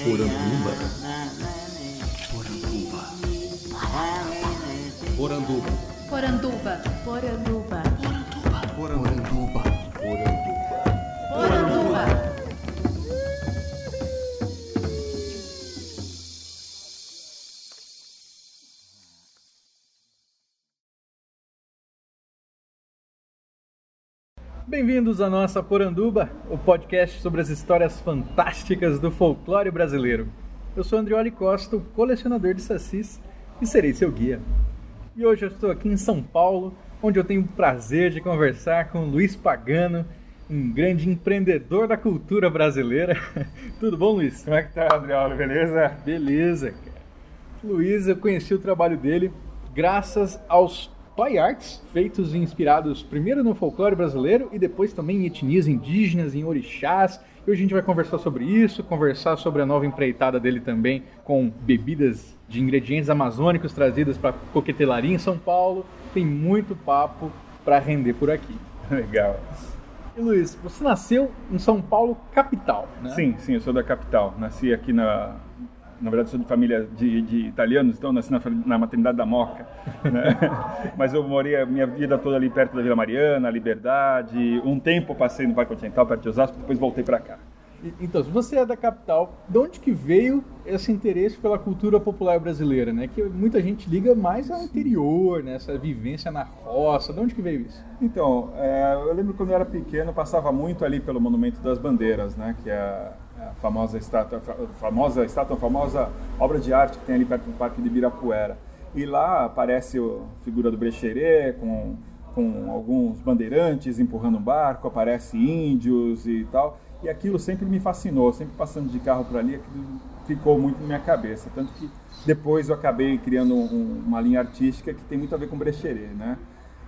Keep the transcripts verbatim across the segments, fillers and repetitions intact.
Poranduba. Poranduba. Poranduba. Poranduba. Poranduba. Poranduba. Poranduba. Bem-vindos à nossa Poranduba, o podcast sobre as histórias fantásticas do folclore brasileiro. Eu sou Andrioli Costa, o colecionador de sacis, e serei seu guia. E hoje eu estou aqui em São Paulo, onde eu tenho o prazer de conversar com Luiz Pagano, um grande empreendedor da cultura brasileira. Tudo bom, Luiz? Como é que tá, Andrioli? Beleza? Beleza, cara. Luiz, eu conheci o trabalho dele graças aos toy arts, feitos e inspirados primeiro no folclore brasileiro e depois também em etnias indígenas, em orixás. E hoje a gente vai conversar sobre isso, conversar sobre a nova empreitada dele também com bebidas de ingredientes amazônicos trazidas para coquetelaria em São Paulo. Tem muito papo para render por aqui. Legal. E Luiz, você nasceu em São Paulo, capital, né? Sim, sim, eu sou da capital. Nasci aqui na... Na verdade, sou de família de, de italianos, então nasci na, na maternidade da Moca, né? Mas eu morei a minha vida toda ali perto da Vila Mariana, Liberdade. Um tempo passei no Parque Continental, perto de Osasco, depois voltei para cá. Então, se você é da capital, de onde que veio esse interesse pela cultura popular brasileira, né? Que muita gente liga mais ao interior, né? Essa vivência na roça. De onde que veio isso? Então, é, eu lembro quando eu era pequeno, passava muito ali pelo Monumento das Bandeiras, né? Que é a famosa estátua, famosa estátua, famosa obra de arte que tem ali perto do Parque de Ibirapuera. E lá aparece a figura do brecheret com, com alguns bandeirantes empurrando um barco, aparece índios e tal. E aquilo sempre me fascinou, sempre passando de carro por ali, aquilo ficou muito na minha cabeça. Tanto que depois eu acabei criando um, uma linha artística que tem muito a ver com brecheret, né?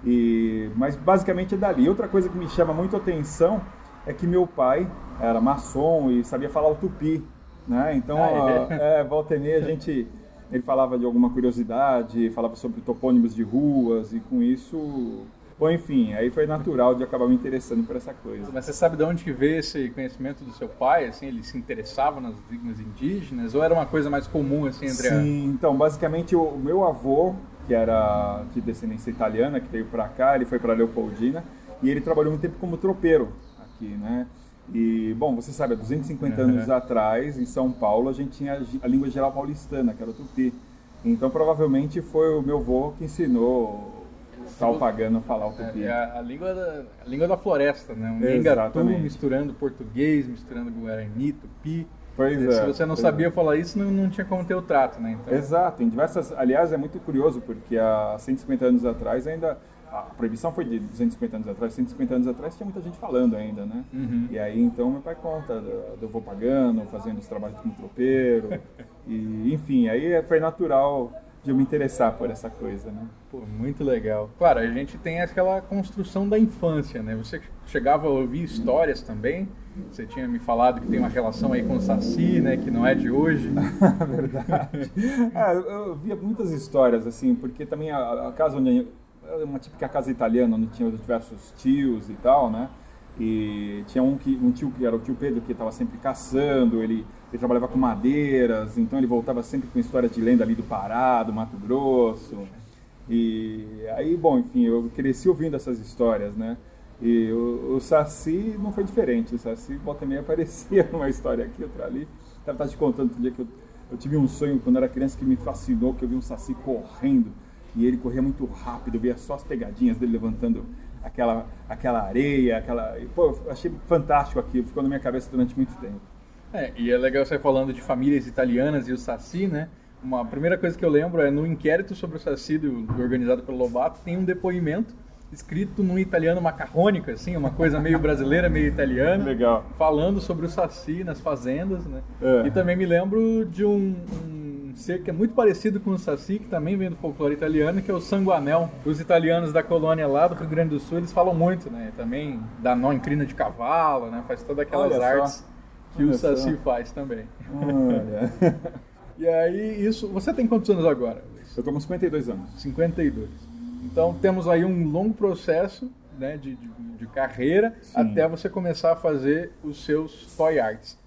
E, mas basicamente é dali. Outra coisa que me chama muito a atenção é que meu pai era maçom e sabia falar o tupi, né? Então, ah, é? é, volta e meia a gente, ele falava de alguma curiosidade, falava sobre topônimos de ruas e com isso, bom, enfim, aí foi natural de acabar me interessando por essa coisa. Mas você sabe de onde que veio esse conhecimento do seu pai? Assim, ele se interessava nas línguas indígenas ou era uma coisa mais comum assim entre? Sim, a... então, basicamente o meu avô, que era de descendência italiana, que veio para cá, ele foi para Leopoldina e ele trabalhou muito tempo como tropeiro aqui, né? E, bom, você sabe, há duzentos e cinquenta uhum. anos atrás, em São Paulo, a gente tinha a língua geral paulistana, que era o tupi. Então, provavelmente, foi o meu avô que ensinou o tal pagano a falar o tupi. É a, a, língua, da, a língua da floresta, né? Um Ngatu misturando português, misturando guarani, tupi. Pois e, é. Se você não sabia é. falar isso, não, não tinha como ter o trato, né? Então... Exato. Em diversas... Aliás, é muito curioso, porque há cento e cinquenta anos atrás ainda... A proibição foi de duzentos e cinquenta anos atrás, cento e cinquenta anos atrás tinha muita gente falando ainda, né? Uhum. E aí, então, meu pai conta do, do avô pagano, fazendo os trabalhos como tropeiro, e, enfim, aí foi natural de eu me interessar por essa coisa, né? Pô, muito legal. Claro, a gente tem aquela construção da infância, né? Você chegava a ouvir histórias também, você tinha me falado que tem uma relação aí com o Saci, né? Que não é de hoje. Verdade. É, eu, eu via muitas histórias, assim, porque também a, a casa onde... uma típica casa italiana, onde tinha diversos tios e tal, né? E tinha um, que, um tio que era o tio Pedro, que estava sempre caçando, ele, ele trabalhava com madeiras, então ele voltava sempre com histórias de lenda ali do Pará, do Mato Grosso. E aí, bom, enfim, eu cresci ouvindo essas histórias, né? E o, o Saci não foi diferente, o Saci volta e meia aparecia numa história aqui, outra ali. Estava te contando um dia que eu, eu tive um sonho quando era criança que me fascinou, que eu vi um Saci correndo. E ele corria muito rápido, eu via só as pegadinhas dele levantando aquela, aquela areia, aquela... Pô, eu achei fantástico aquilo, ficou na minha cabeça durante muito tempo. É, e é legal você falando de famílias italianas e o Saci, né? Uma primeira coisa que eu lembro é no inquérito sobre o Saci do, do organizado pelo Lobato, tem um depoimento escrito num italiano macarrônico, assim, uma coisa meio brasileira, meio italiana. Legal. Falando sobre o Saci nas fazendas, né? É. E também me lembro de um... um ser que é muito parecido com o Saci, que também vem do folclore italiano, que é o sanguanel. Os italianos da colônia lá do Rio Grande do Sul, eles falam muito, né? Também dá nó em crina de cavalo, né? Faz todas aquelas Olha artes só. que Olha o Saci só. faz também. Olha. E aí, isso... Você tem quantos anos agora, Luiz? Eu tô com cinquenta e dois anos. cinquenta e dois. Então, temos aí um longo processo, né, de, de, de carreira, Sim. até você começar a fazer os seus toy arts.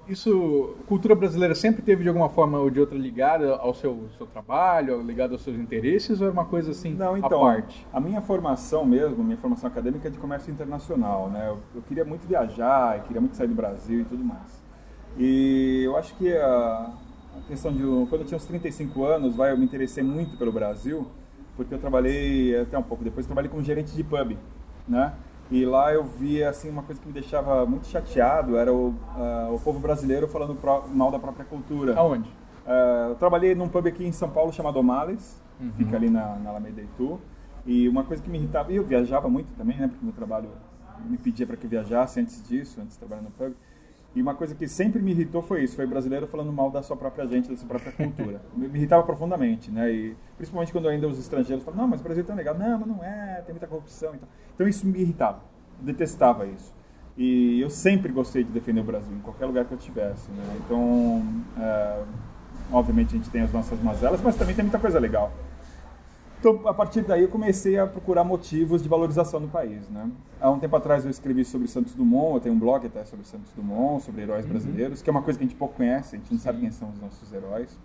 Isso, cultura brasileira sempre teve de alguma forma ou de outra ligada ao seu, seu trabalho, ligada aos seus interesses, ou é uma coisa assim, Não, então, à parte? A minha formação mesmo, minha formação acadêmica é de comércio internacional, né? Eu, eu queria muito viajar, eu queria muito sair do Brasil e tudo mais. E eu acho que a, a questão de, quando eu tinha uns trinta e cinco anos, vai, eu me interessei muito pelo Brasil, porque eu trabalhei, até um pouco depois, eu trabalhei como gerente de pub, né? E lá eu via, assim, uma coisa que me deixava muito chateado, era o, uh, o povo brasileiro falando pro, mal da própria cultura. Aonde? Uh, eu trabalhei num pub aqui em São Paulo chamado Omales, Uhum. fica ali na, na Alameda Itu. E uma coisa que me irritava, e eu viajava muito também, né, porque meu trabalho me pedia para que eu viajasse antes disso, antes de trabalhar no pub. E uma coisa que sempre me irritou foi isso, foi brasileiro falando mal da sua própria gente, da sua própria cultura. Me irritava profundamente, né? E principalmente quando ainda os estrangeiros falavam, não, mas o Brasil é tão legal. Não, mas não é, tem muita corrupção e tal. Então isso me irritava, eu detestava isso. E eu sempre gostei de defender o Brasil, em qualquer lugar que eu estivesse, né? Então, é, obviamente a gente tem as nossas mazelas, mas também tem muita coisa legal. Então, a partir daí, eu comecei a procurar motivos de valorização no país, né? Há um tempo atrás, eu escrevi sobre Santos Dumont, eu tenho um blog até sobre Santos Dumont, sobre heróis brasileiros, que é uma coisa que a gente pouco conhece, a gente não sabe quem são os nossos heróis.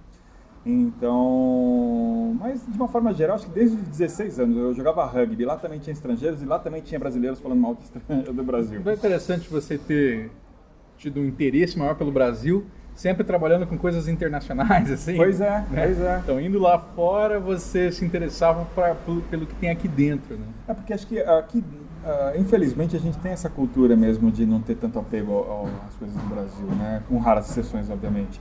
Então, mas de uma forma geral, acho que desde os dezesseis anos eu jogava rugby, lá também tinha estrangeiros e lá também tinha brasileiros falando mal do Brasil. É interessante você ter tido um interesse maior pelo Brasil, sempre trabalhando com coisas internacionais, assim. Pois é, né? pois é. Então, indo lá fora, você se interessava pra, pelo, pelo que tem aqui dentro, né? É porque acho que aqui, uh, infelizmente, a gente tem essa cultura mesmo de não ter tanto apego ao, ao, às coisas do Brasil, né? Com raras exceções, obviamente.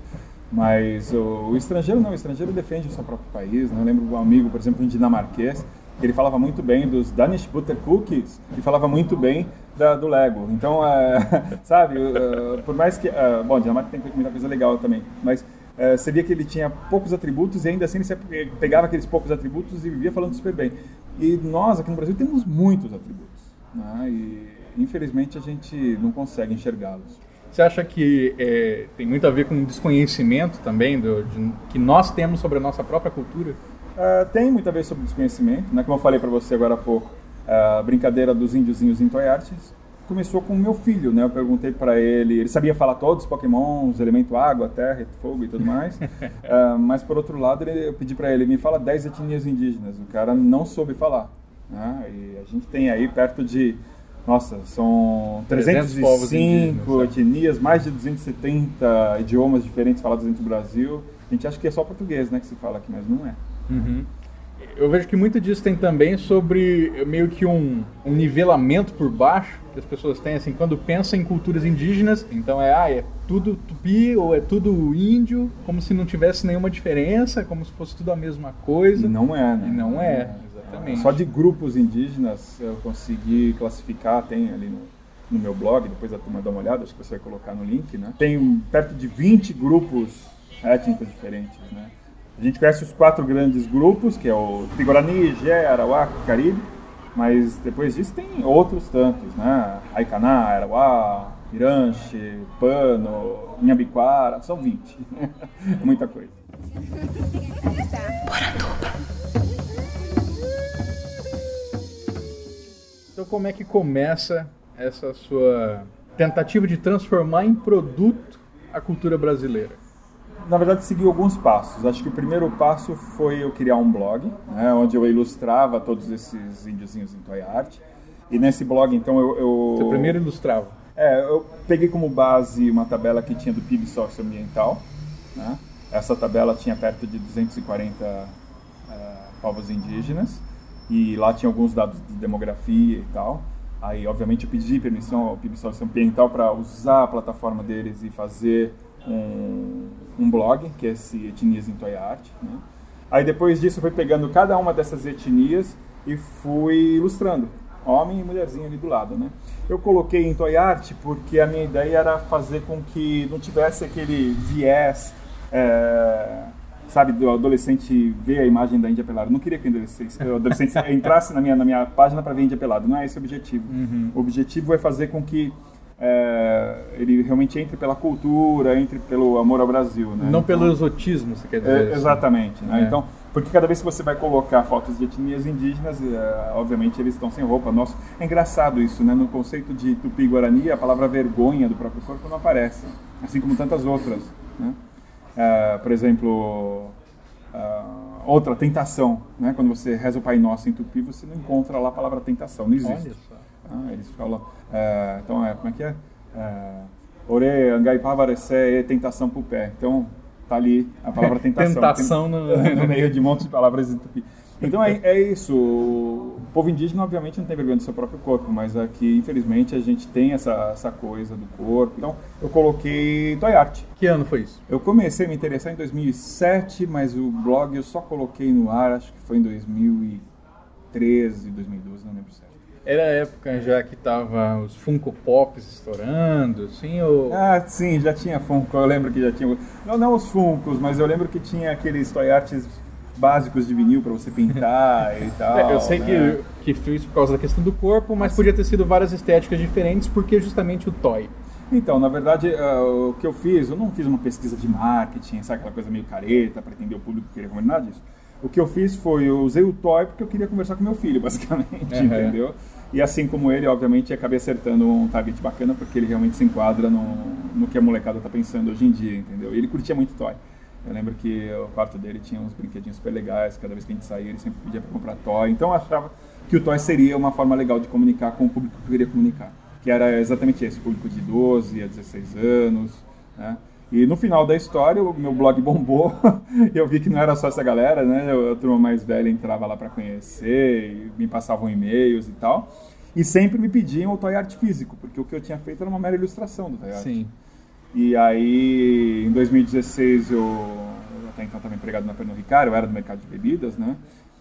Mas o, o estrangeiro não, o estrangeiro defende o seu próprio país, né? Eu lembro de um amigo, por exemplo, um dinamarquês, que ele falava muito bem dos Danish Butter Cookies e falava muito bem da, do Lego. Então, uh, sabe, uh, por mais que... Uh, bom, Dinamarca tem muita coisa legal também, mas uh, você via que ele tinha poucos atributos e ainda assim ele pegava aqueles poucos atributos e vivia falando super bem. E nós, aqui no Brasil, temos muitos atributos, né? E infelizmente a gente não consegue enxergá-los. Você acha que é, tem muito a ver com o desconhecimento também do, de, que nós temos sobre a nossa própria cultura? Uh, tem muito a ver sobre desconhecimento, né? Como eu falei para você agora há pouco, a brincadeira dos índiozinhos em Toy Arts começou com o meu filho, né? Eu perguntei para ele, ele sabia falar todos os pokémons, elemento água, terra, fogo e tudo mais, uh, mas por outro lado ele, eu pedi para ele, me fala dez etnias indígenas, o cara não soube falar, né? E a gente tem aí perto de, nossa, são trezentos e cinco etnias, mais de duzentos e setenta idiomas diferentes falados dentro do Brasil. A gente acha que é só português, né, que se fala aqui, mas não é. Uhum. Eu vejo que muito disso tem também sobre meio que um, um nivelamento por baixo que as pessoas têm, assim, quando pensam em culturas indígenas, então é, ah, é tudo tupi ou é tudo índio, como se não tivesse nenhuma diferença, como se fosse tudo a mesma coisa. E não é, né? E não é, exatamente. Só de grupos indígenas eu consegui classificar, tem ali no, no meu blog, depois a turma dá uma olhada, acho que você vai colocar no link, né? Tem perto de vinte grupos étnicos diferentes, né? A gente conhece os quatro grandes grupos, que é o Tupi-Guarani, Gé, Arauá, Caribe, mas depois disso tem outros tantos, né? Aicaná, Arauá, Iranche, Pano, Inhabiquara, são vinte. Muita coisa. Então como é que começa essa sua tentativa de transformar em produto a cultura brasileira? Na verdade, segui alguns passos. Acho que o primeiro passo foi eu criar um blog, né, onde eu ilustrava todos esses índiozinhos em Toy Art. E nesse blog, então, eu... eu... Você primeiro ilustrava? É, eu peguei como base uma tabela que tinha do P I B socioambiental, né? Essa tabela tinha perto de duzentos e quarenta uh, povos indígenas. E lá tinha alguns dados de demografia e tal. Aí, obviamente, eu pedi permissão ao P I B socioambiental para usar a plataforma deles e fazer um, um blog, que é esse Etnias em Toy Art, né? Aí depois disso eu fui pegando cada uma dessas etnias e fui ilustrando, homem e mulherzinha ali do lado, né? Eu coloquei em Toy Art porque a minha ideia era fazer com que não tivesse aquele viés, é, sabe, do adolescente ver a imagem da Índia pelada. Eu não queria que o adolescente, o adolescente entrasse na minha, na minha página para ver a Índia pelada, não é esse o objetivo. Uhum. O objetivo é fazer com que É, ele realmente entre pela cultura, entre pelo amor ao Brasil, né? Não então, pelo exotismo, você quer dizer? É, exatamente. Né? É. Então, Porque cada vez que você vai colocar fotos de etnias indígenas, é, obviamente eles estão sem roupa. Nossa, é engraçado isso, né? No conceito de Tupi-Guarani, a palavra vergonha do próprio corpo não aparece, assim como tantas outras, né? É, por exemplo, é, outra, tentação, né? Quando você reza o Pai Nosso em Tupi, você não encontra lá a palavra tentação, não existe. Ah, eles falam, é, então, é, como é que é? é Ore, Angaipavarecé, é tentação pro pé. Então, tá ali a palavra tentação. Tentação no... no meio de um monte de palavras em tupi. Então é, é isso. O povo indígena, obviamente, não tem vergonha do seu próprio corpo, mas aqui, infelizmente, a gente tem essa, essa coisa do corpo. Então, eu coloquei toy art. Que ano foi isso? Eu comecei a me interessar em dois mil e sete, mas o blog eu só coloquei no ar, acho que foi em dois mil e treze, dois mil e doze, não lembro certo. Era a época já que tava os Funko Pops estourando, assim, ou... Ah, sim, já tinha Funko, eu lembro que já tinha... Não, não os Funkos, mas eu lembro que tinha aqueles toy arts básicos de vinil para você pintar e tal. É, eu sei né? que, que fiz por causa da questão do corpo, mas podia ter sido várias estéticas diferentes, porque justamente o toy. Então, na verdade, uh, o que eu fiz, eu não fiz uma pesquisa de marketing, sabe, aquela coisa meio careta, para entender o público que queria comer, nada disso. O que eu fiz foi, eu usei o toy porque eu queria conversar com meu filho, basicamente, uhum. entendeu? E assim como ele, obviamente, acabei acertando um target bacana, porque ele realmente se enquadra no, no que a molecada tá pensando hoje em dia, entendeu? E ele curtia muito toy. Eu lembro que o quarto dele tinha uns brinquedinhos super legais, cada vez que a gente saía ele sempre pedia para comprar toy, então eu achava que o toy seria uma forma legal de comunicar com o público que eu queria comunicar, que era exatamente esse, público de doze a dezesseis anos, né? E no final da história, o meu blog bombou, eu vi que não era só essa galera, né? A turma mais velha entrava lá para conhecer, e me passavam e-mails e tal, e sempre me pediam o toy art físico, porque o que eu tinha feito era uma mera ilustração do toy art. Sim. E aí, em dois mil e dezesseis, eu, eu até então estava empregado na Pernod Ricard, eu era do mercado de bebidas, né?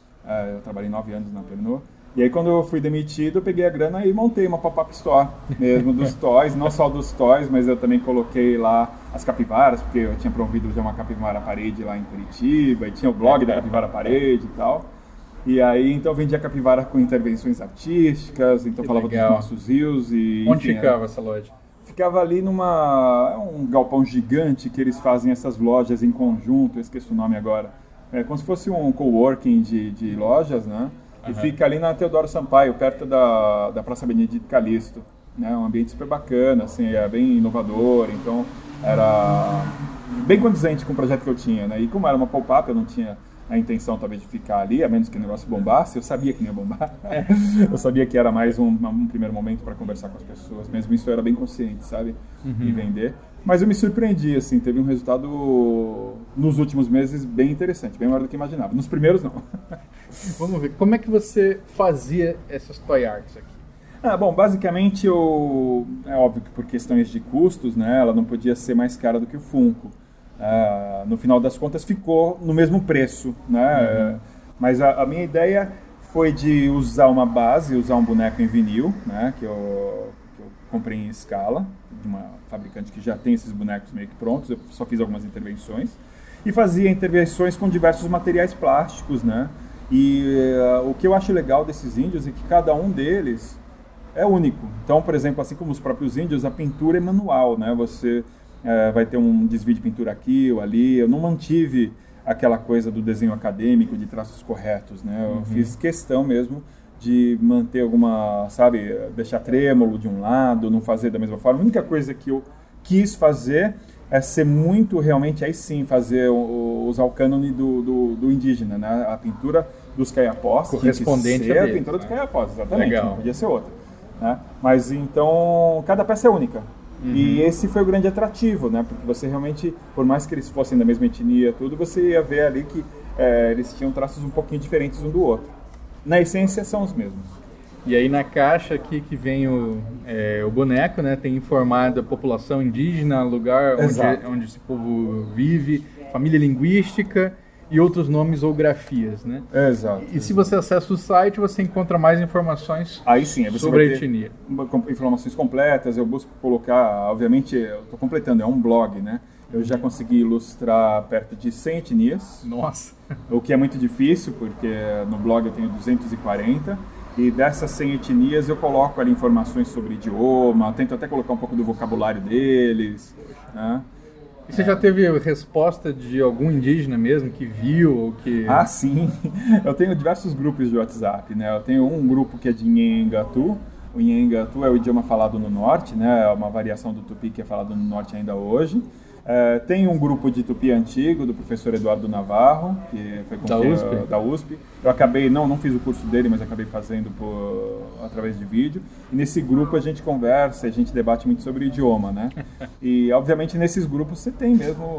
Eu trabalhei nove anos na Pernod. E aí, quando eu fui demitido, eu peguei a grana e montei uma pop-up store mesmo dos toys, não só dos toys, mas eu também coloquei lá as capivaras, porque eu tinha promovido já uma capivara parede lá em Curitiba, e tinha o blog da capivara parede e tal. E aí, então, eu vendia capivara com intervenções artísticas, então que falava legal. dos nossos rios e... Onde enfim, ficava era... essa loja? Ficava ali numa... um galpão gigante que eles fazem essas lojas em conjunto, eu esqueço o nome agora. É como se fosse um coworking de, de lojas, né? E uhum. fica ali na Teodoro Sampaio, perto da, da Praça Benedito Calixto. Né? Um ambiente super bacana, assim, é bem inovador, então era bem condizente com o projeto que eu tinha, né? E como era uma pop-up, eu não tinha a intenção talvez de ficar ali, a menos que o negócio bombasse, eu sabia que não ia bombar. É. Eu sabia que era mais um, um primeiro momento para conversar com as pessoas, mesmo isso eu era bem consciente, sabe? Uhum. E vender. Mas eu me surpreendi, assim, teve um resultado nos últimos meses bem interessante, bem maior do que imaginava. Nos primeiros, não. Vamos ver, como é que você fazia essas toy arts aqui? Ah, bom, basicamente, eu, é óbvio que por questões de custos, né, ela não podia ser mais cara do que o Funko. Ah, no final das contas, ficou no mesmo preço, né? Uhum. Mas a, a minha ideia foi de usar uma base, usar um boneco em vinil, né, que eu... comprei em escala, de uma fabricante que já tem esses bonecos meio que prontos, eu só fiz algumas intervenções, e fazia intervenções com diversos materiais plásticos, né? E uh, o que eu acho legal desses índios é que cada um deles é único. Então, por exemplo, assim como os próprios índios, a pintura é manual, né? Você uh, vai ter um desvio de pintura aqui ou ali, eu não mantive aquela coisa do desenho acadêmico, de traços corretos, né? Eu uhum. fiz questão mesmo de manter alguma, sabe, deixar trêmulo de um lado, não fazer da mesma forma. A única coisa que eu quis fazer é ser muito, realmente, aí sim, fazer, o, usar o cânone do, do, do indígena, né? A pintura dos caiapós. Correspondente tinha que ser a, a deles, pintura né? dos caiapós, exatamente, Legal. Não podia ser outra. Né? Mas então, cada peça é única. Uhum. E esse foi o grande atrativo, né? Porque você realmente, por mais que eles fossem da mesma etnia, tudo, você ia ver ali que é, eles tinham traços um pouquinho diferentes um do outro. Na essência, são os mesmos. E aí na caixa aqui que vem o, é, o boneco, né? Tem informado a população indígena, lugar onde, onde esse povo vive, família linguística e outros nomes ou grafias, né? Exato. E se você acessa o site, você encontra mais informações aí sim, aí você sobre vai a ter etnia. Informações completas, eu busco colocar, obviamente, eu estou completando, é um blog, né? Eu já consegui ilustrar perto de cem etnias. Nossa! O que é muito difícil, porque no blog eu tenho duzentos e quarenta, e dessas cem etnias eu coloco ali informações sobre idioma, tento até colocar um pouco do vocabulário deles, né? E você já teve resposta de algum indígena mesmo que viu ou que... Ah, sim. Eu tenho diversos grupos de WhatsApp, né? Eu tenho um grupo que é de Nhenengatu. O Nhenengatu é o idioma falado no norte, né? É uma variação do tupi que é falado no norte ainda hoje. É, tem um grupo de tupi antigo do professor Eduardo Navarro, que foi com da, que, U S P. da U S P. Eu acabei, não, não fiz o curso dele, mas acabei fazendo por, através de vídeo. E nesse grupo a gente conversa, a gente debate muito sobre idioma, né? E obviamente nesses grupos você tem mesmo,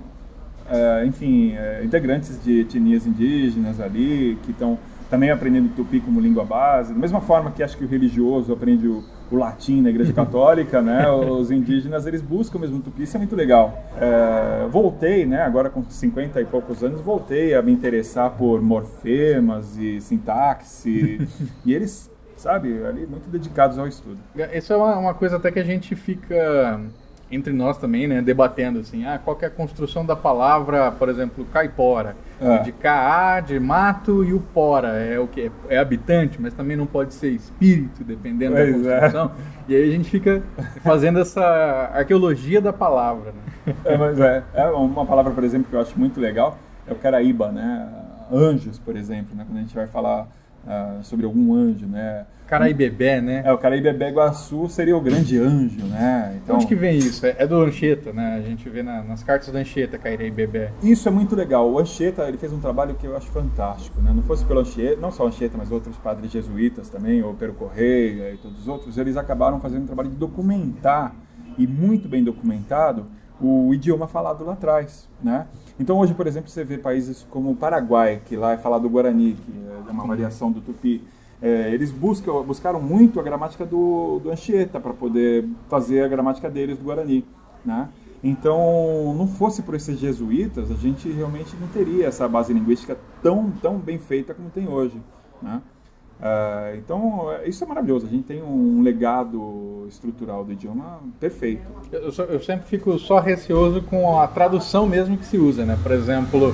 é, enfim, é, integrantes de etnias indígenas ali, que estão também aprendendo tupi como língua base. Da mesma forma que acho que o religioso aprende o, o latim na igreja católica, né? Os indígenas, eles buscam mesmo o tupi, isso é muito legal. É, voltei, né? Agora com cinquenta e poucos anos, voltei a me interessar por morfemas e sintaxe. E eles, sabe, ali muito dedicados ao estudo. Isso é uma, uma coisa até que a gente fica entre nós também, né, debatendo assim, ah, qual que é a construção da palavra, por exemplo, caipora, É. de K-A, de mato, e o pora é o que? É habitante, mas também não pode ser espírito, dependendo Pois da é. construção. E aí a gente fica fazendo essa arqueologia da palavra, né? É, mas é, é uma palavra, por exemplo, que eu acho muito legal, é o caraíba, né? Anjos, por exemplo, né? Quando a gente vai falar uh, sobre algum anjo, né? Caraibebé, né? É, o Caraíbebé Iguaçu seria o grande anjo, né? Então, Onde que vem isso? É, é do Anchieta, né? A gente vê na, nas cartas do Anchieta, Caraibebé. isso é muito legal. O Anchieta, ele fez um trabalho que eu acho fantástico, né? Não fosse pelo Anchieta, não só o Anchieta, mas outros padres jesuítas também, o Pero Correia e todos os outros, eles acabaram fazendo um trabalho de documentar, e muito bem documentado, o idioma falado lá atrás, né? Então hoje, por exemplo, você vê países como o Paraguai, que lá é falado o Guarani, que é uma variação do Tupi. É, eles buscam, buscaram muito a gramática do, do Anchieta para poder fazer a gramática deles do Guarani, né? Então, não fosse por esses jesuítas, a gente realmente não teria essa base linguística tão, tão bem feita como tem hoje, né? É, então, isso é maravilhoso. A gente tem um legado estrutural do idioma perfeito. Eu, só- eu sempre fico só receoso com a tradução mesmo que se usa, né? Por exemplo,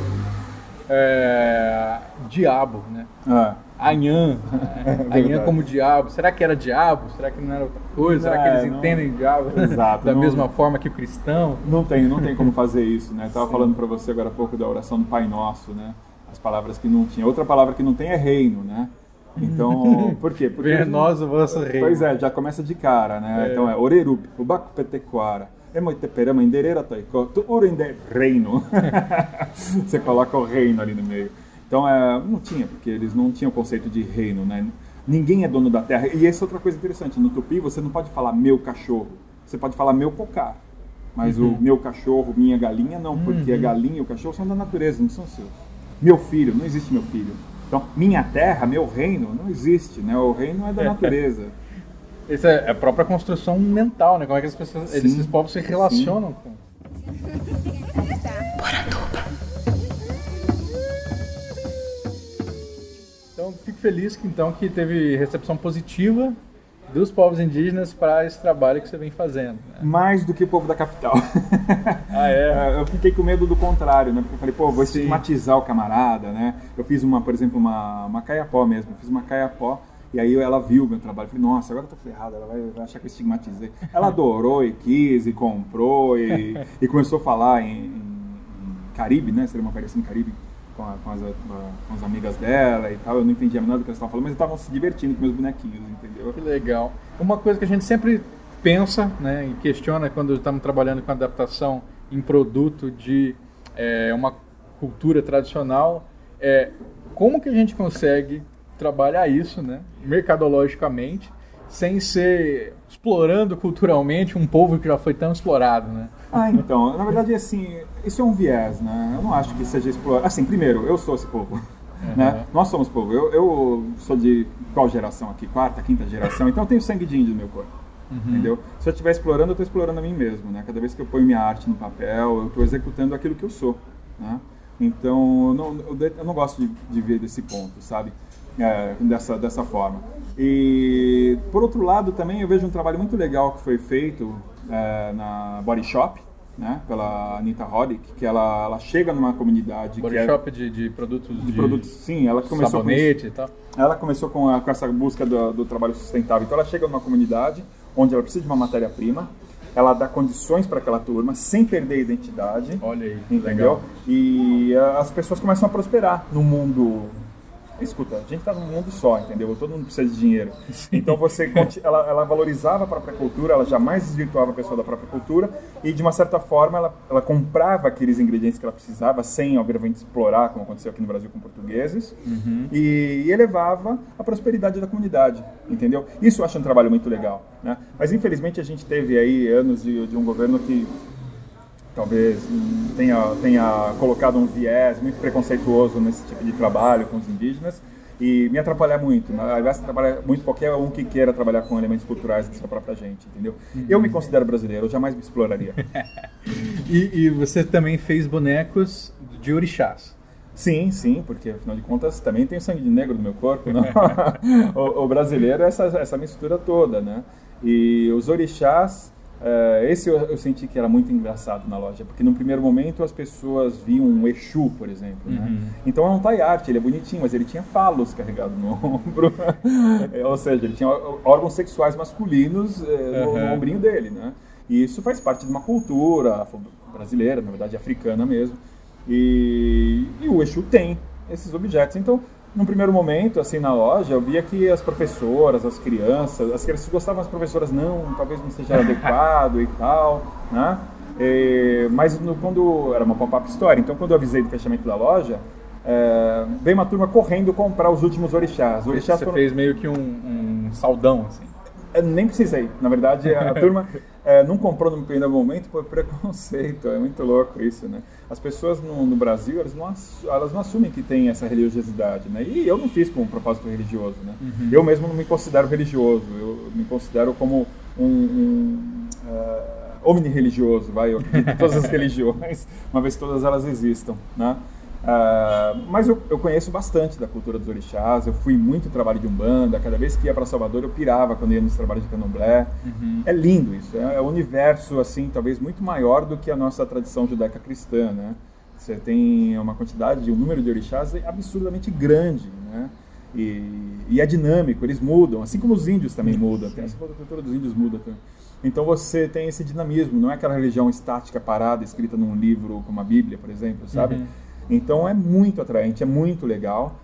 é, diabo, né? É. Anhã, Anhã verdade. como diabo. Será que era diabo? Será que não era outra coisa? Será que É, eles não- entendem diabo Exato, da não- mesma forma que o cristão? Não tem, não tem como fazer isso, né? Estava falando para você agora há pouco da oração do Pai Nosso, né? As palavras que não tinha. Outra palavra que não tem é reino, né? Então, por quê? Porque Venha a eles não- nós o vosso reino. Pois é, já começa de cara, né? É. Então é Orerup, Ubaco Petequara, Emoiteperama, Indereira Toico, Tu Urende Reino. Você coloca o reino ali no meio. Então é, não tinha, porque eles não tinham o conceito de reino, né? Ninguém é dono da terra. E essa é outra coisa interessante. No Tupi você não pode falar meu cachorro, você pode falar meu cocar. Mas Uhum. o meu cachorro, minha galinha, não, porque a galinha e o cachorro são da natureza, não são seus. Meu filho, não existe meu filho. Então, minha terra, meu reino, não existe, né? O reino é da natureza. Essa é a própria construção mental, né? Como é que as pessoas, Sim, esses povos se sim. relacionam com... Então, fico feliz que, então, que teve recepção positiva dos povos indígenas para esse trabalho que você vem fazendo, né? Mais do que o povo da capital. Ah, é? Eu fiquei com medo do contrário, né? Porque eu falei, pô, vou Sim. estigmatizar o camarada, né? Eu fiz uma, por exemplo, uma, uma caiapó mesmo. Eu fiz uma caiapó e aí ela viu o meu trabalho. Eu falei, nossa, agora eu tô ferrado, ela vai, vai achar que eu estigmatizei. Ela adorou e quis e comprou e, e começou a falar em, em Caribe, né? Seria uma variação em Caribe. Com, a, com, as, com as amigas dela e tal, eu não entendia nada do que elas estavam falando, mas eles estavam se divertindo com meus bonequinhos, entendeu? Que legal. Uma coisa que a gente sempre pensa, né, e questiona quando estamos trabalhando com adaptação em produto de é, uma cultura tradicional é como que a gente consegue trabalhar isso, né, mercadologicamente, sem ser explorando culturalmente um povo que já foi tão explorado, né? Ah, então, na verdade, assim, isso é um viés, né? Eu não acho que seja explorado. Assim, primeiro, eu sou esse povo, né? Nós somos povo. Eu, eu sou de qual geração aqui? Quarta, quinta geração. Então eu tenho sangue de índio no meu corpo, entendeu? Se eu estiver explorando, eu estou explorando a mim mesmo, né? Cada vez que eu ponho minha arte no papel, eu estou executando aquilo que eu sou, né? Então, eu não, eu de- eu não gosto de, de ver desse ponto, sabe? É, dessa, dessa forma. E, por outro lado, também eu vejo um trabalho muito legal que foi feito é, na Body Shop, né, pela Anita Roddick, que ela, ela chega numa comunidade Body que é shop de, de produtos de de, produtos, sim, ela começou com isso. sabonete e tal. Ela começou com, a, com essa busca do, do trabalho sustentável. Então ela chega numa comunidade onde ela precisa de uma matéria-prima ela dá condições para aquela turma sem perder a identidade. Olha aí, entendeu? legal. E uh, as pessoas começam a prosperar no mundo. Escuta, a gente está num mundo só, entendeu? Todo mundo precisa de dinheiro. Sim. Então você, ela, ela valorizava a própria cultura, ela jamais desvirtuava a pessoa da própria cultura e de uma certa forma ela, ela comprava aqueles ingredientes que ela precisava sem, obviamente, explorar, como aconteceu aqui no Brasil com portugueses, uhum. e, e elevava a prosperidade da comunidade, entendeu? Isso eu acho um trabalho muito legal, né? Mas infelizmente a gente teve aí anos de, de um governo que talvez tenha, tenha colocado um viés muito preconceituoso nesse tipo de trabalho com os indígenas e me atrapalhar muito. Aliás, atrapalhar muito qualquer um que queira trabalhar com elementos culturais da sua própria gente, entendeu? Uhum. Eu me considero brasileiro, eu jamais me exploraria. e, e você também fez bonecos de orixás? Sim, sim, porque afinal de contas também tem sangue de negro no meu corpo, não? o, o brasileiro é essa, essa mistura toda, né? E os orixás, Uh, esse eu, eu senti que era muito engraçado na loja, porque no primeiro momento as pessoas viam um Exu, por exemplo, uhum. né? Então é um tie art, ele é bonitinho, mas ele tinha falos carregados no ombro, ou seja, ele tinha órgãos sexuais masculinos uh, no, uhum. no ombrinho dele, né? E isso faz parte de uma cultura brasileira, na verdade africana mesmo, e, e o Exu tem esses objetos, então num primeiro momento, assim, na loja, eu via que as professoras, as crianças, as crianças gostavam, as professoras não, talvez não seja adequado e tal, né? E, mas no, quando era uma pop-up store, então quando eu avisei do fechamento da loja, é, veio uma turma correndo comprar os últimos orixás. orixás Você foram... fez meio que um, um saldão, assim. Eu nem precisei, na verdade a turma é, não comprou no primeiro momento por preconceito, é muito louco isso, né? As pessoas no, no Brasil, elas não, elas não assumem que tem essa religiosidade, né? E eu não fiz com um propósito religioso, né? Uhum. Eu mesmo não me considero religioso, eu me considero como um, um uh, omni-religioso, vai, eu acredito em todas as religiões, uma vez que todas elas existam, né? Uh, mas eu, eu conheço bastante da cultura dos orixás, eu fui muito trabalho de Umbanda, cada vez que ia para Salvador eu pirava quando ia nos trabalhos de Candomblé. Uhum. É lindo isso, é, é um universo assim, talvez muito maior do que a nossa tradição judaica cristã, né? Você tem uma quantidade, um número de orixás absurdamente grande, né? E, e é dinâmico, eles mudam, assim como os índios também mudam, até essa cultura dos índios muda também. Então você tem esse dinamismo, não é aquela religião estática, parada, escrita num livro como a Bíblia, por exemplo, sabe? Uhum. Então é muito atraente, é muito legal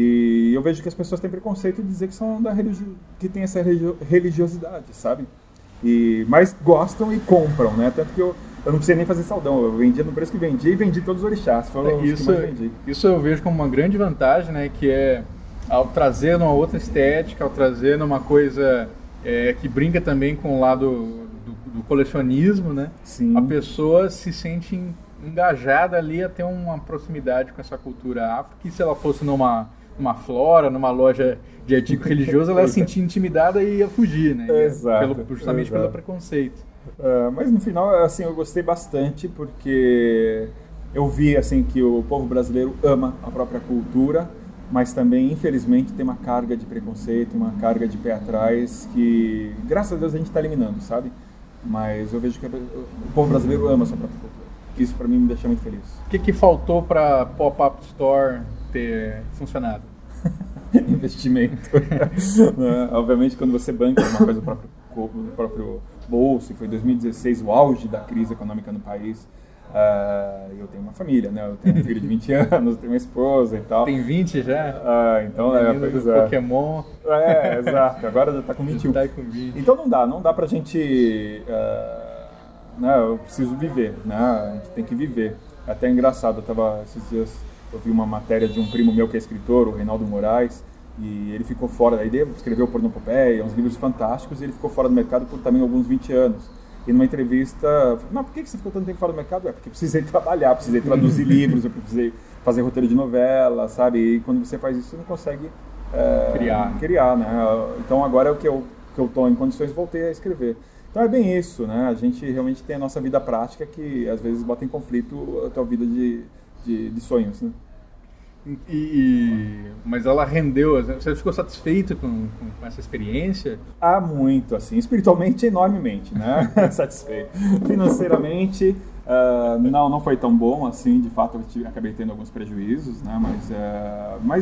e eu vejo que as pessoas têm preconceito de dizer que são da religio... que tem essa religiosidade, sabe? E... mas gostam e compram, né? Tanto que eu, eu não precisei nem fazer saldão, eu vendia no preço que vendia e vendi todos os orixás, foram é, isso, os que mais vendi. Isso eu vejo como uma grande vantagem, né? Que é ao trazer uma outra estética, ao trazer uma coisa é, que brinca também com o lado do, do colecionismo, né? Sim. A pessoa se sente engajada ali a ter uma proximidade com essa cultura afro, que se ela fosse numa, numa flora, numa loja de artigo religioso, ela ia se sentir intimidada e ia fugir, né? Exato. Pelo, justamente exato. pelo preconceito. Uh, mas no final, assim, eu gostei bastante porque eu vi, assim, que o povo brasileiro ama a própria cultura, mas também, infelizmente, tem uma carga de preconceito, uma carga de pé atrás que, graças a Deus, a gente está eliminando, sabe? Mas eu vejo que o povo brasileiro ama a sua própria cultura. Isso para mim me deixa muito feliz. O que, que faltou para Pop-Up Store ter funcionado? Investimento. Né? Obviamente, quando você banca uma coisa do próprio, do próprio bolso, e foi dois mil e dezesseis o auge da crise econômica no país, uh, eu tenho uma família, né? Eu tenho um filho de vinte anos, eu tenho uma esposa e tal. Tem vinte já? Uh, então, é, pois é. Pokémon. É, exato. Agora já está com vinte e um. Tá com vinte. Então não dá, não dá pra gente... Uh, Não, eu preciso viver, né? A gente tem que viver. É até engraçado, eu tava, esses dias eu vi uma matéria de um primo meu que é escritor, o Reinaldo Moraes, e ele ficou fora da ideia, escreveu Pornopopeia, uns livros fantásticos, e ele ficou fora do mercado por também alguns vinte anos. E numa entrevista, eu falei, mas por que você ficou tanto tempo fora do mercado? É porque eu precisei trabalhar, precisei traduzir livros, eu precisei fazer roteiro de novela, sabe? E quando você faz isso, você não consegue é, criar. criar, né? Então agora é o que eu que eu tô em condições, voltei a escrever. Então é bem isso, né? A gente realmente tem a nossa vida prática que às vezes bota em conflito a tua vida de, de, de sonhos, né? E, e, mas ela rendeu, você ficou satisfeito com, com, com essa experiência? Ah, muito, assim, espiritualmente enormemente, né? Satisfeito. Financeiramente, uh, não, não foi tão bom, assim, de fato eu tive, acabei tendo alguns prejuízos, né? Mas, uh, mas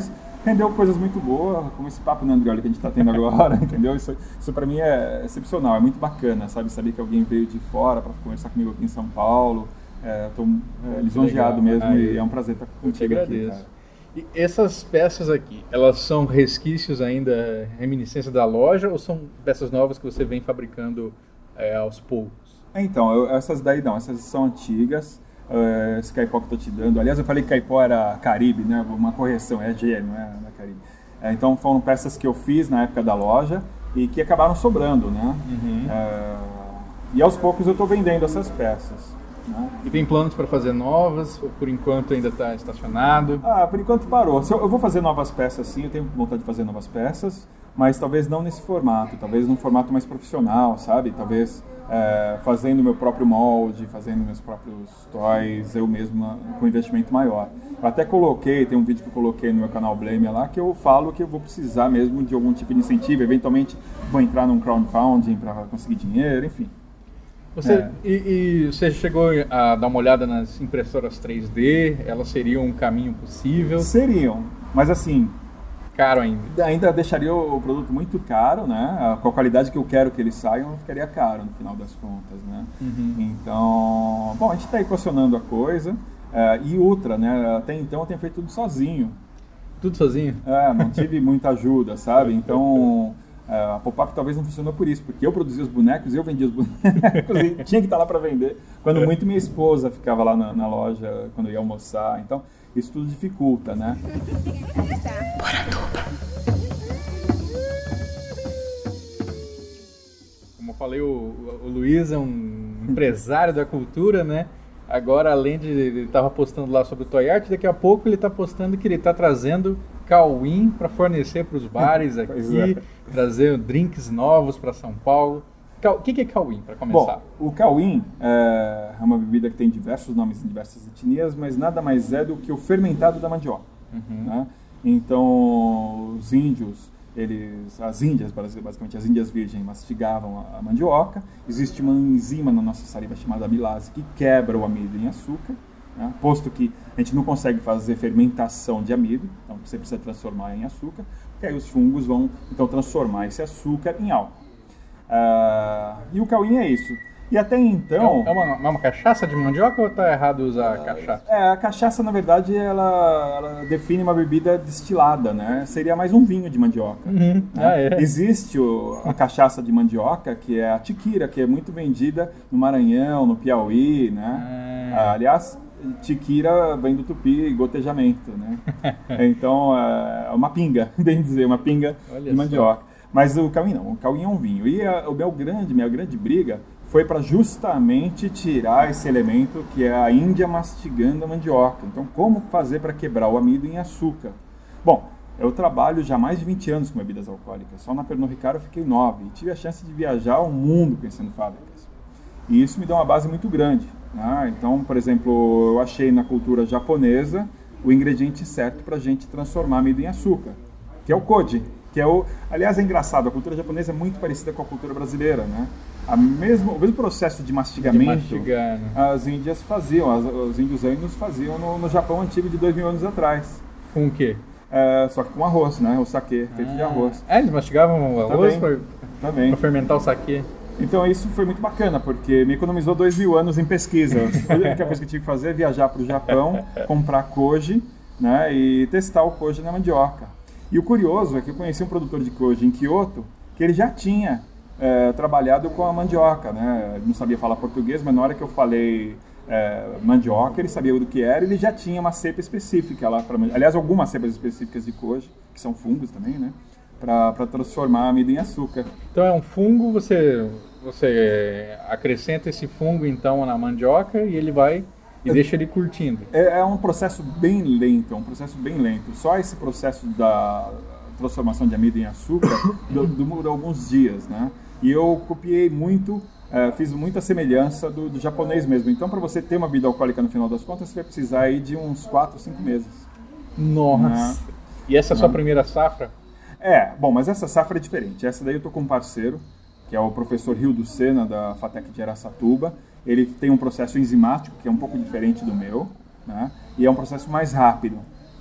rendeu coisas muito boas, como esse papo, né, Andrioli, que a gente está tendo agora, entendeu? Isso, isso para mim é excepcional, é muito bacana, sabe? Saber que alguém veio de fora para conversar comigo aqui em São Paulo. Estou é, lisonjeado mesmo Aí, e é um prazer estar contigo aqui, cara. E essas peças aqui, elas são resquícios ainda, reminiscência da loja, ou são peças novas que você vem fabricando é, aos poucos? Então, eu, essas daí não, essas são antigas. Uh, esse caipó que eu tô te dando, aliás, eu falei que caipó era Caribe, né? Uma correção, é G, não é, não é Caribe. Uh, então foram peças que eu fiz na época da loja e que acabaram sobrando, né? Uhum. Uh, e aos poucos eu estou vendendo essas peças. Né? E tem planos para fazer novas? Ou por enquanto ainda está estacionado? Ah, por enquanto parou. Eu, eu vou fazer novas peças sim, eu tenho vontade de fazer novas peças, mas talvez não nesse formato, talvez num formato mais profissional, sabe? Talvez é, fazendo meu próprio molde, fazendo meus próprios toys, eu mesmo com investimento maior. Eu até coloquei, tem um vídeo que eu coloquei no meu canal Blame lá, que eu falo que eu vou precisar mesmo de algum tipo de incentivo, eventualmente vou entrar num crowdfunding para conseguir dinheiro, enfim. Você, é. e, e você chegou a dar uma olhada nas impressoras três D? Elas seriam um caminho possível? Seriam, mas assim... Caro ainda. Ainda deixaria o produto muito caro, né? Com a qualidade que eu quero que eles saiam, ficaria caro no final das contas, né? Uhum. Então, bom, a gente está equacionando a coisa. Uh, e outra, né? Até então eu tenho feito tudo sozinho. Tudo sozinho? É, não tive muita ajuda, sabe? Então... Uh, a Pop-Up talvez não funcionou por isso, porque eu produzia os bonecos e eu vendia os bonecos e tinha que estar lá para vender. Quando muito minha esposa ficava lá na, na loja, quando eu ia almoçar. Então, isso tudo dificulta, né? Como eu falei, o, o Luiz é um empresário da cultura, né? Agora, além de ele estava postando lá sobre o Toy Art, daqui a pouco ele está postando que ele está trazendo Cauim para fornecer para os bares aqui, é. trazer drinks novos para São Paulo. O que, que é Cauim, para começar? Bom, o Cauim é uma bebida que tem diversos nomes em diversas etnias, mas nada mais é do que o fermentado da mandioca. Uhum. Né? Então, os índios, eles, as índias, basicamente as índias virgens, mastigavam a mandioca. Existe uma enzima na nossa saliva chamada amilase que quebra o amido em açúcar. Né? Posto que a gente não consegue fazer fermentação de amido, então você precisa transformar em açúcar, porque aí os fungos vão então transformar esse açúcar em álcool. Uh, e o Cauim é isso. E até então... É uma, é uma cachaça de mandioca ou está errado usar cachaça? É, a cachaça, na verdade, ela, ela define uma bebida destilada, né? Seria mais um vinho de mandioca. Uhum. Né? Ah, é. Existe o, a cachaça de mandioca, que é a tiquira, que é muito vendida no Maranhão, no Piauí, né? Ah. Aliás... Tiquira vem do tupi, gotejamento, né? Então, é uma pinga, bem dizer, uma pinga Olha de mandioca. Só. Mas o Cauim não, o Cauim é um vinho. E a, o meu grande, minha grande briga foi para justamente tirar esse elemento que é a Índia mastigando a mandioca. Então, como fazer para quebrar o amido em açúcar? Bom, eu trabalho já há mais de vinte anos com bebidas alcoólicas. Só na Pernod Ricard eu fiquei nove e tive a chance de viajar ao mundo conhecendo fábricas. E isso me deu uma base muito grande. Ah, então, por exemplo, eu achei na cultura japonesa o ingrediente certo para a gente transformar amido em açúcar, que é o koji, que é o... Aliás, é engraçado, a cultura japonesa é muito parecida com a cultura brasileira, né? A mesmo, o mesmo processo de mastigamento de mastigar, né? as índias faziam, as, os índios ainos faziam no, no Japão antigo de dois mil anos atrás. Com o quê? É, só que com arroz, né? O saquê, feito ah. de arroz. É, eles mastigavam o arroz para fermentar o saquê? Então isso foi muito bacana, porque me economizou dois mil anos em pesquisa. A única coisa que eu tive que fazer é viajar para o Japão, comprar koji, né, e testar o koji na mandioca. E o curioso é que eu conheci um produtor de koji em Kyoto, que ele já tinha é, trabalhado com a mandioca, né? Ele não sabia falar português, mas na hora que eu falei é, mandioca, ele sabia do que era, ele já tinha uma cepa específica lá, pra, aliás, algumas cepas específicas de koji, que são fungos também, né? Para transformar amido em açúcar. Então é um fungo, você, você acrescenta esse fungo então na mandioca e ele vai e é, deixa ele curtindo. É, é um processo bem lento, é um processo bem lento. Só esse processo da transformação de amido em açúcar demora alguns dias, né? E eu copiei muito, é, fiz muita semelhança do, do japonês mesmo. Então, para você ter uma bebida alcoólica no final das contas, você vai precisar aí de uns quatro, cinco meses. Nossa! Né? E essa é a sua primeira safra? É, bom, mas essa safra é diferente. Essa daí eu tô com um parceiro, que é o professor Rildo Sena, da FATEC de Araçatuba. Ele tem um processo enzimático, que é um pouco diferente do meu, né? E é um processo mais rápido.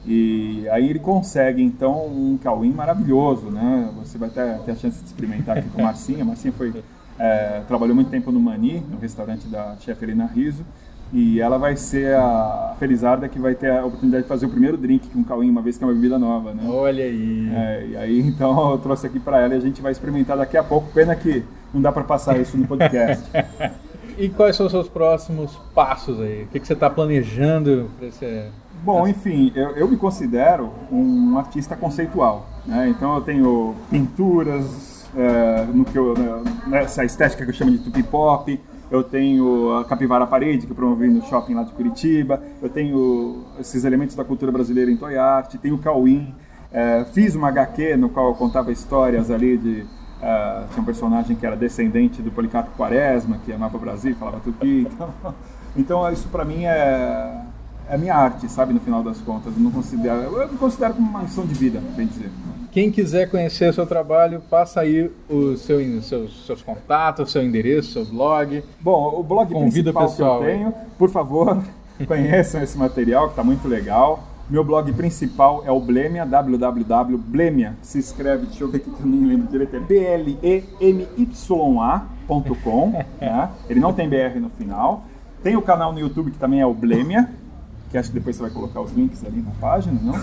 E aí ele consegue, então, um cauim maravilhoso, né? Você vai ter, ter a chance de experimentar aqui com a Marcinha. A Marcinha foi, é, trabalhou muito tempo no Mani, no restaurante da chefe Helena Rizzo. E ela vai ser a felizarda que vai ter a oportunidade de fazer o primeiro drink com cauim, uma vez que é uma bebida nova, né? Olha aí! É, e aí, então, eu trouxe aqui para ela e a gente vai experimentar daqui a pouco. Pena que não dá para passar isso no podcast. E quais são os seus próximos passos aí? O que, que você está planejando para esse... Bom, enfim, eu, eu me considero um artista conceitual, né? Então eu tenho pinturas, é, no que eu, nessa estética que eu chamo de tupi pop, eu tenho a capivara parede que eu promovi no shopping lá de Curitiba, eu tenho esses elementos da cultura brasileira em toy art, tenho o cauim, é, fiz uma agá quê no qual eu contava histórias ali de... Uh, tinha um personagem que era descendente do Policarpo Quaresma, que amava o Brasil e falava tupi, então, então isso para mim é... é a minha arte, sabe, no final das contas. Eu não considero, eu me considero como uma missão de vida, bem dizer. Quem quiser conhecer o seu trabalho, passa aí os seu, seus, seus contatos, seu endereço, seu blog. Bom, o blog Convida principal pessoal, que eu tenho, por favor, conheçam esse material, que está muito legal. Meu blog principal é o Blemia, w w w ponto blemia, se escreve, deixa eu ver aqui que eu nem lembro direito, é B L E M Y A ponto com, né? Ele não tem B R no final. Tem o canal no YouTube que também é o Blemia, que acho que depois você vai colocar os links ali na página, não?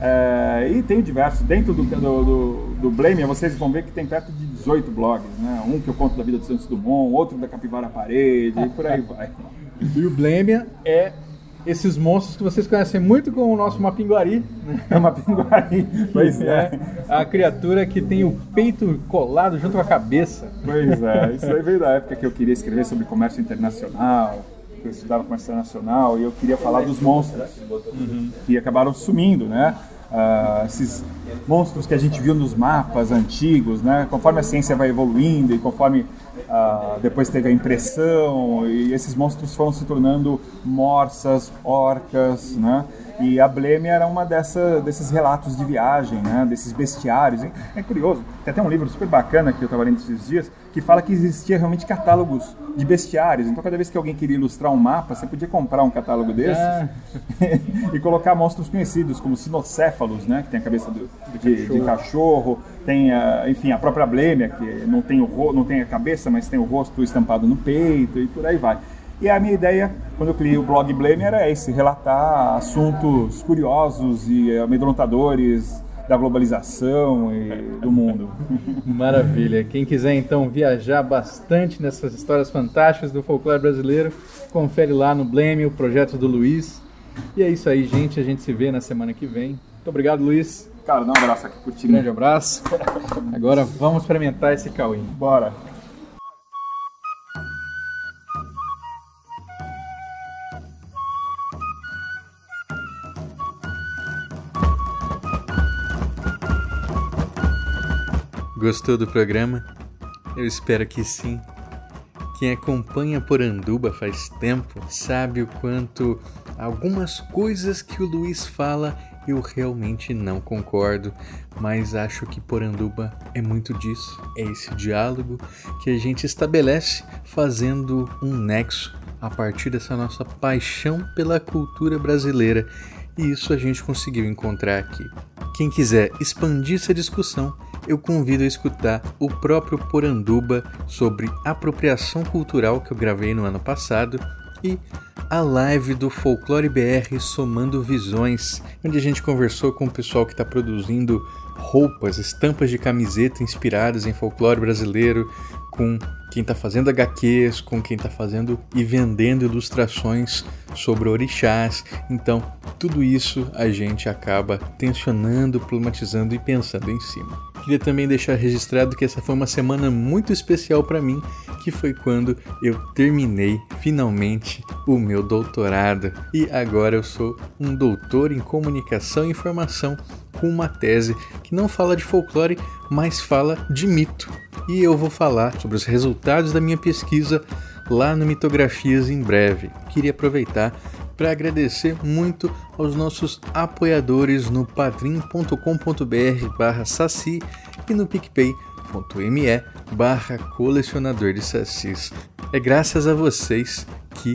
É, e tem diversos. Dentro do, do, do, do Blemia, vocês vão ver que tem perto de dezoito blogs, né? Um que eu conto da vida do Santos Dumont, outro da Capivara Parede, e por aí vai. E o Blemia é esses monstros que vocês conhecem muito com o nosso Mapinguari. Né? É uma pinguari, pois é. A criatura que tem o peito colado junto com a cabeça. Pois é, isso aí veio da época que eu queria escrever sobre comércio internacional, que eu estudava comércio internacional, e eu queria falar dos monstros, uhum, que acabaram sumindo, né? Uh, esses monstros que a gente viu nos mapas antigos, né? Conforme a ciência vai evoluindo e conforme uh, depois teve a impressão, e esses monstros foram se tornando morsas, orcas, né? E a Blemia era uma dessa, desses relatos de viagem, né? Desses bestiários. É curioso, tem até um livro super bacana que eu estava lendo esses dias, que fala que existia realmente catálogos de bestiários. Então, cada vez que alguém queria ilustrar um mapa, você podia comprar um catálogo desses ah. e colocar monstros conhecidos, como sinocéfalos, né? Que tem a cabeça do, de, de cachorro, tem, a, enfim, a própria Blemia, que não tem, o, não tem a cabeça, mas tem o rosto estampado no peito, e por aí vai. E a minha ideia, quando eu criei o blog Blemia, era esse, relatar assuntos curiosos e amedrontadores da globalização e do mundo. Maravilha! Quem quiser então viajar bastante nessas histórias fantásticas do folclore brasileiro, confere lá no Blemia, o projeto do Luiz. E é isso aí, gente. A gente se vê na semana que vem. Muito obrigado, Luiz. Cara, dá um abraço aqui por ti. Grande abraço. Agora vamos experimentar esse cauim. Bora! Gostou do programa? Eu espero que sim. Quem acompanha Poranduba faz tempo sabe o quanto algumas coisas que o Luiz fala eu realmente não concordo, mas acho que Poranduba é muito disso. É esse diálogo que a gente estabelece fazendo um nexo a partir dessa nossa paixão pela cultura brasileira, e isso a gente conseguiu encontrar aqui. Quem quiser expandir essa discussão, eu convido a escutar o próprio Poranduba sobre apropriação cultural que eu gravei no ano passado e a live do Folclore B R Somando Visões, onde a gente conversou com o pessoal que está produzindo roupas, estampas de camiseta inspiradas em folclore brasileiro, com quem está fazendo agá quês, com quem está fazendo e vendendo ilustrações sobre orixás. Então, tudo isso a gente acaba tensionando, problematizando e pensando em cima. Queria também deixar registrado que essa foi uma semana muito especial para mim, que foi quando eu terminei finalmente o meu doutorado. E agora eu sou um doutor em comunicação e informação com uma tese que não fala de folclore, mas fala de mito. E eu vou falar sobre os resultados da minha pesquisa lá no Mitografias em breve. Queria aproveitar para agradecer muito aos nossos apoiadores no padrim ponto com ponto br barra saci e no picpay ponto me barra colecionador de sacis. É graças a vocês que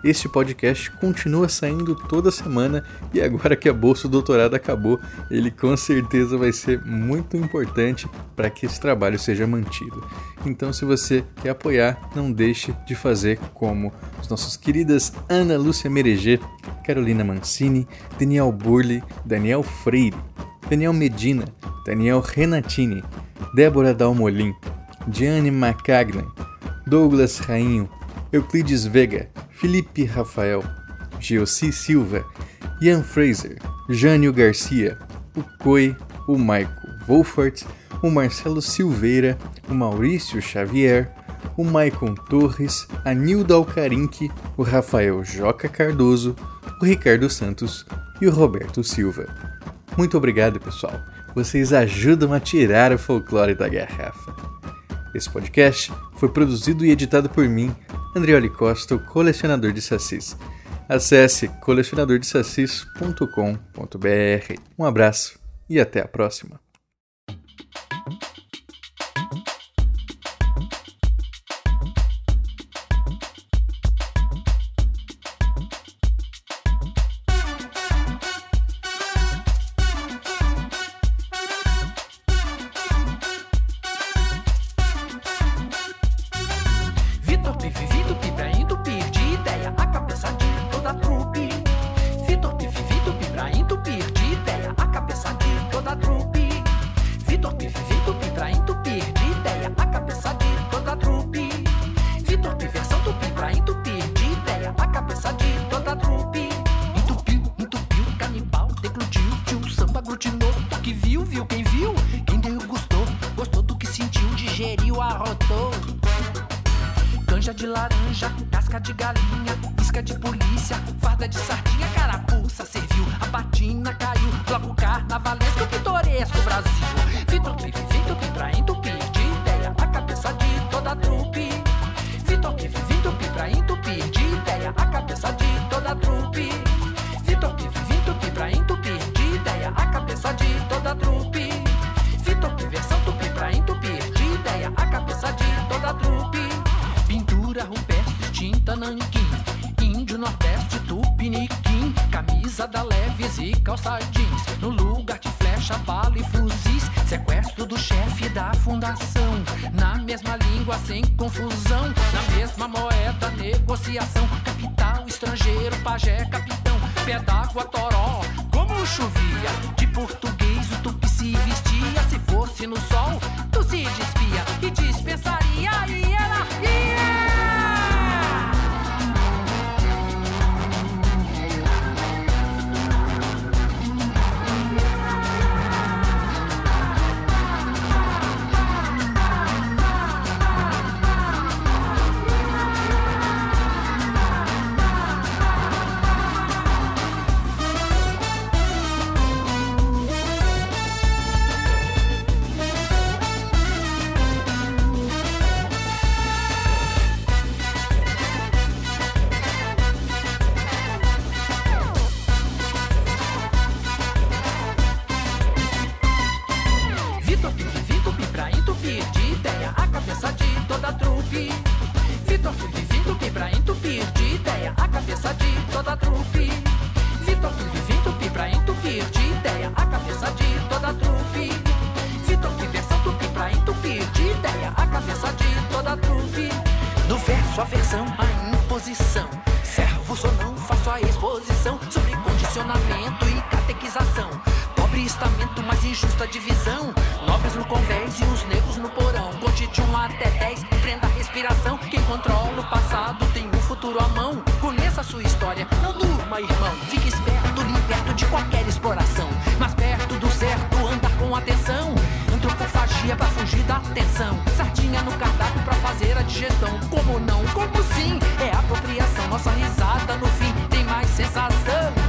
este podcast continua saindo toda semana e agora que a bolsa do doutorado acabou, ele com certeza vai ser muito importante para que esse trabalho seja mantido. Então, se você quer apoiar, não deixe de fazer como os nossos queridas Ana Lúcia Mereger, Carolina Mancini, Daniel Burli, Daniel Freire, Daniel Medina, Daniel Renatini, Débora Dalmolin, Diane Macagnan, Douglas Rainho, Euclides Vega, Felipe Rafael, Geossi Silva, Ian Fraser, Jânio Garcia, o Coi, o Maico Wolfert, o Marcelo Silveira, o Maurício Xavier, o Maicon Torres, a Nilda Alcarinque, o Rafael Joca Cardoso, o Ricardo Santos e o Roberto Silva. Muito obrigado, pessoal. Vocês ajudam a tirar o folclore da garrafa. Esse podcast foi produzido e editado por mim, Andrioli Costa, o colecionador de sacis. Acesse colecionador de sacis ponto com ponto b r. Um abraço e até a próxima. Canja de laranja, casca de galinha, isca de polícia, farda de sardinha, carapuça serviu, a patina caiu, bloco carnavalesco, o pitoresco Brasil. Vitor Cliff, Vitor Pi pra entupir de ideia a cabeça de toda a trupe. Vitor Cliff, Vitor Pi pra entupir de ideia a cabeça de toda a trupe. Vitor Cliff, Vitor Pi pra entupir de ideia a cabeça de toda a trupe. Vitor Pi versão tupi pra entupir de ideia a cabeça de toda a trupe. Pintura rupestre, tinta nanquim, índio nordeste, tupiniquim, camisa da Leves e calça jeans, no lugar de flecha, bala e fuzis, sequestro do chefe da fundação, na mesma língua sem confusão, na mesma moeda, negociação, capital estrangeiro, pajé, capitão, pé d'água, toró, como chovia, de português o tupi se vestia, se fosse no sol, tu se despia e dispensaria e ela ia. Sua versão, a imposição. Servos ou não, faço a exposição sobre condicionamento e catequização. Pobre estamento, mas injusta divisão. Nobres no convés e os negros no porão. Conte de um até dez, prenda a respiração. Quem controla o passado tem um futuro à mão. Conheça a sua história, não durma, irmão. Fique esperto, liberto de qualquer exploração. Mas perto do certo, anda com atenção. Antropofagia pra fugir da atenção. Sardinha no cardápio pra fazer a digestão. Como não, como sim, é apropriação. Nossa risada no fim tem mais sensação.